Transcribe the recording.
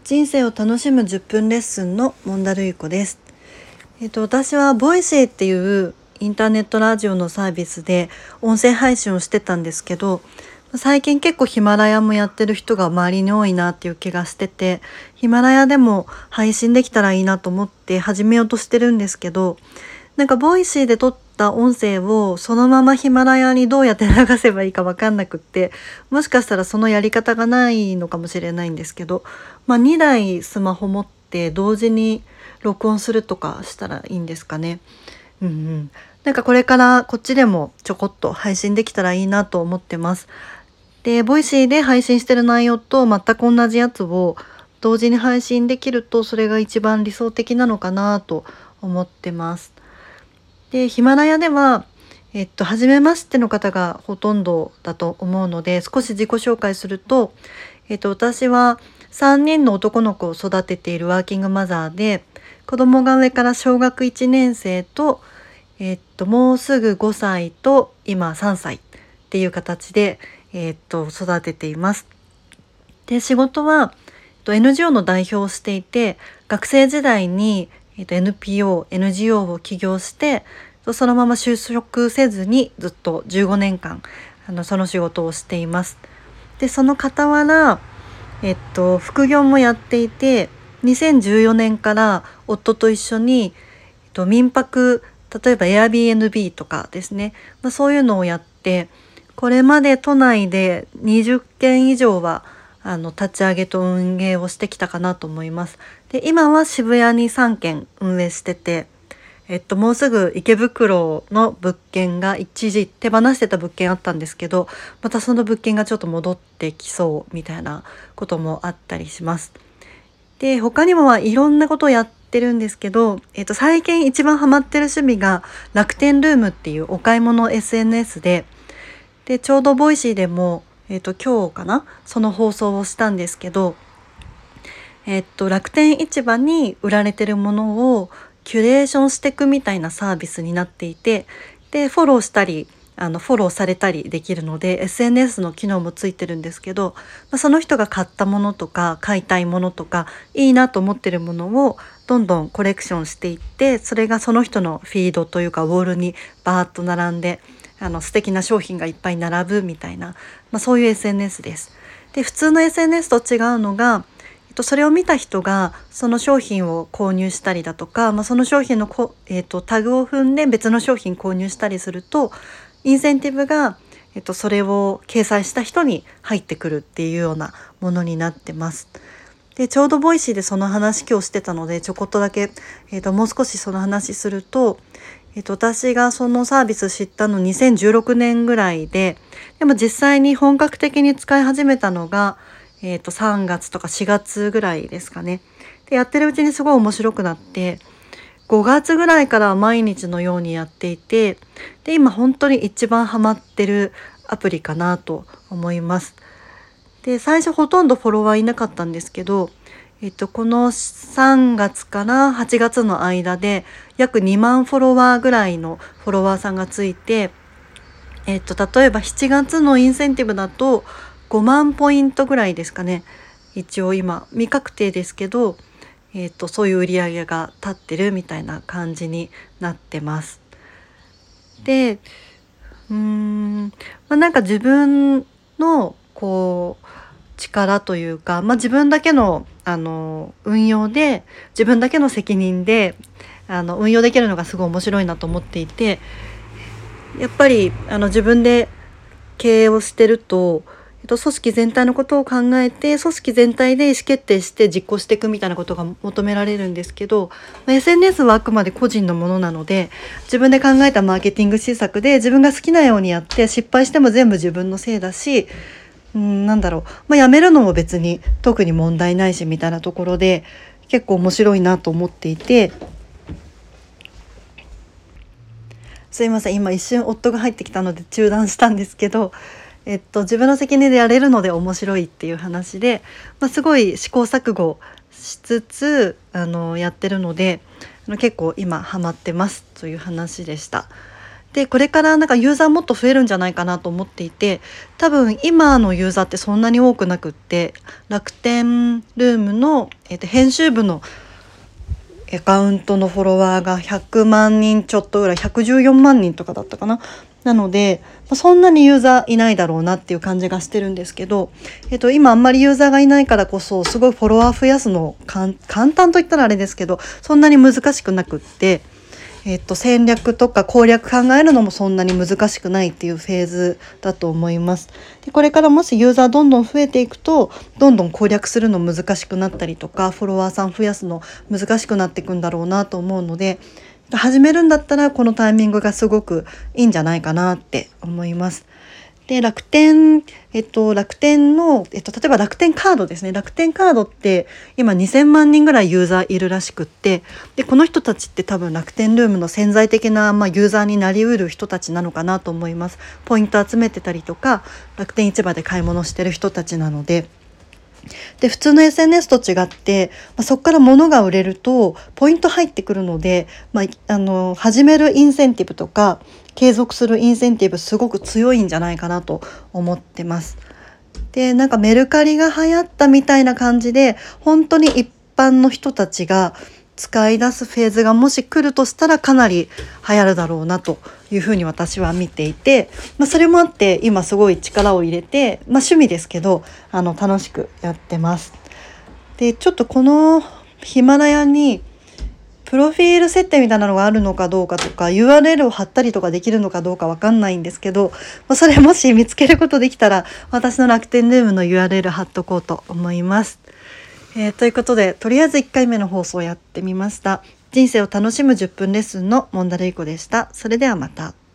人生を楽しむ10分レッスンのモンダルイコです。私はボイシーっていうインターネットラジオのサービスで音声配信をしてたんですけど、最近結構ヒマラヤもやってる人が周りに多いなっていう気がしてて、ヒマラヤでも配信できたらいいなと思って始めようとしてるんですけど、ボイシーで撮った音声をそのままヒマラヤにどうやって流せばいいか分かんなくって、もしかしたらそのやり方がないのかもしれないんですけど、2台スマホ持って同時に録音するとかしたらいいんですかね。これからこっちでもちょこっと配信できたらいいなと思ってます。で、ボイシーで配信してる内容と全く同じやつを同時に配信できると、それが一番理想的なのかなと思ってます。で、ヒマラヤでは、初めましての方がほとんどだと思うので、少し自己紹介すると、私は3人の男の子を育てているワーキングマザーで、子供が上から小学1年生と、もうすぐ5歳と今3歳っていう形で、育てています。で、仕事は、NGO の代表をしていて、学生時代にNPO、NGO を起業して、そのまま就職せずにずっと15年間その仕事をしています。で、その傍ら、副業もやっていて、2014年から夫と一緒に、民泊、例えば Airbnb とかですね、そういうのをやって、これまで都内で20件以上は立ち上げと運営をしてきたかなと思います。で、今は渋谷に3軒運営してて、もうすぐ池袋の物件が一時手放してた物件あったんですけど、またその物件がちょっと戻ってきそうみたいなこともあったりします。で、他にもいろんなことをやってるんですけど、最近一番ハマってる趣味が楽天ルームっていうお買い物 SNS で、ちょうどボイシーでも今日かな、その放送をしたんですけど、楽天市場に売られてるものをキュレーションしていくみたいなサービスになっていて、でフォローしたりフォローされたりできるので SNS の機能もついてるんですけど、その人が買ったものとか買いたいものとかいいなと思ってるものをどんどんコレクションしていって、それがその人のフィードというかウォールにバーッと並んで素敵な商品がいっぱい並ぶみたいな、そういう SNS です。で、普通の SNS と違うのが、それを見た人がその商品を購入したりだとか、その商品のタグを踏んで別の商品購入したりすると、インセンティブが、それを掲載した人に入ってくるっていうようなものになってます。で、ちょうどボイシーでその話今日してたので、ちょこっとだけ、もう少しその話すると、私がそのサービス知ったの2016年ぐらいで、でも実際に本格的に使い始めたのが3月とか4月ぐらいですかね。で、やってるうちにすごい面白くなって、5月ぐらいから毎日のようにやっていて、で、今本当に一番ハマってるアプリかなと思います。で、最初ほとんどフォロワーいなかったんですけど、この3月から8月の間で約2万フォロワーぐらいのフォロワーさんがついて、例えば7月のインセンティブだと5万ポイントぐらいですかね。一応今未確定ですけど、そういう売り上げが立ってるみたいな感じになってます。で、自分の力というか、自分だけの運用で自分だけの責任で運用できるのがすごい面白いなと思っていて、やっぱり自分で経営をしてると、組織全体のことを考えて組織全体で意思決定して実行していくみたいなことが求められるんですけど、SNS はあくまで個人のものなので、自分で考えたマーケティング施策で自分が好きなようにやって失敗しても全部自分のせいだし、やめるのも別に特に問題ないしみたいなところで結構面白いなと思っていて、すいません、今一瞬夫が入ってきたので中断したんですけど、自分の責任でやれるので面白いっていう話で、すごい試行錯誤しつつやってるので、結構今ハマってますという話でした。 でこれからなんかユーザーもっと増えるんじゃないかなと思っていて、多分今のユーザーってそんなに多くなくって、楽天ルームの、編集部のアカウントのフォロワーが100万人ちょっとぐらい、114万人とかだったかな。なのでそんなにユーザーいないだろうなっていう感じがしてるんですけど、今あんまりユーザーがいないからこそすごいフォロワー増やすの簡単といったらあれですけど、そんなに難しくなくって、戦略とか攻略考えるのもそんなに難しくないっていうフェーズだと思います。でこれからもしユーザーどんどん増えていくと、どんどん攻略するの難しくなったりとか、フォロワーさん増やすの難しくなっていくんだろうなと思うので、始めるんだったらこのタイミングがすごくいいんじゃないかなって思います。で楽天の、例えば楽天カードですね。楽天カードって今2000万人ぐらいユーザーいるらしくって、でこの人たちって多分楽天ルームの潜在的な、ユーザーになりうる人たちなのかなと思います。ポイント集めてたりとか、楽天市場で買い物してる人たちなので。で普通の SNS と違って、そこから物が売れるとポイント入ってくるので、始めるインセンティブとか継続するインセンティブすごく強いんじゃないかなと思ってます。でなんかメルカリが流行ったみたいな感じで、本当に一般の人たちが使い出すフェーズがもし来るとしたらかなり流行るだろうなというふうに私は見ていて、それもあって今すごい力を入れて、趣味ですけど楽しくやってます。でちょっとこのヒマラヤにプロフィール設定みたいなのがあるのかどうかとか URL を貼ったりとかできるのかどうかわかんないんですけど、それもし見つけることできたら私の楽天ルームの URL 貼っとこうと思います。ということでとりあえず1回目の放送をやってみました。人生を楽しむ10分レッスンのモンダルイコでした。それではまた。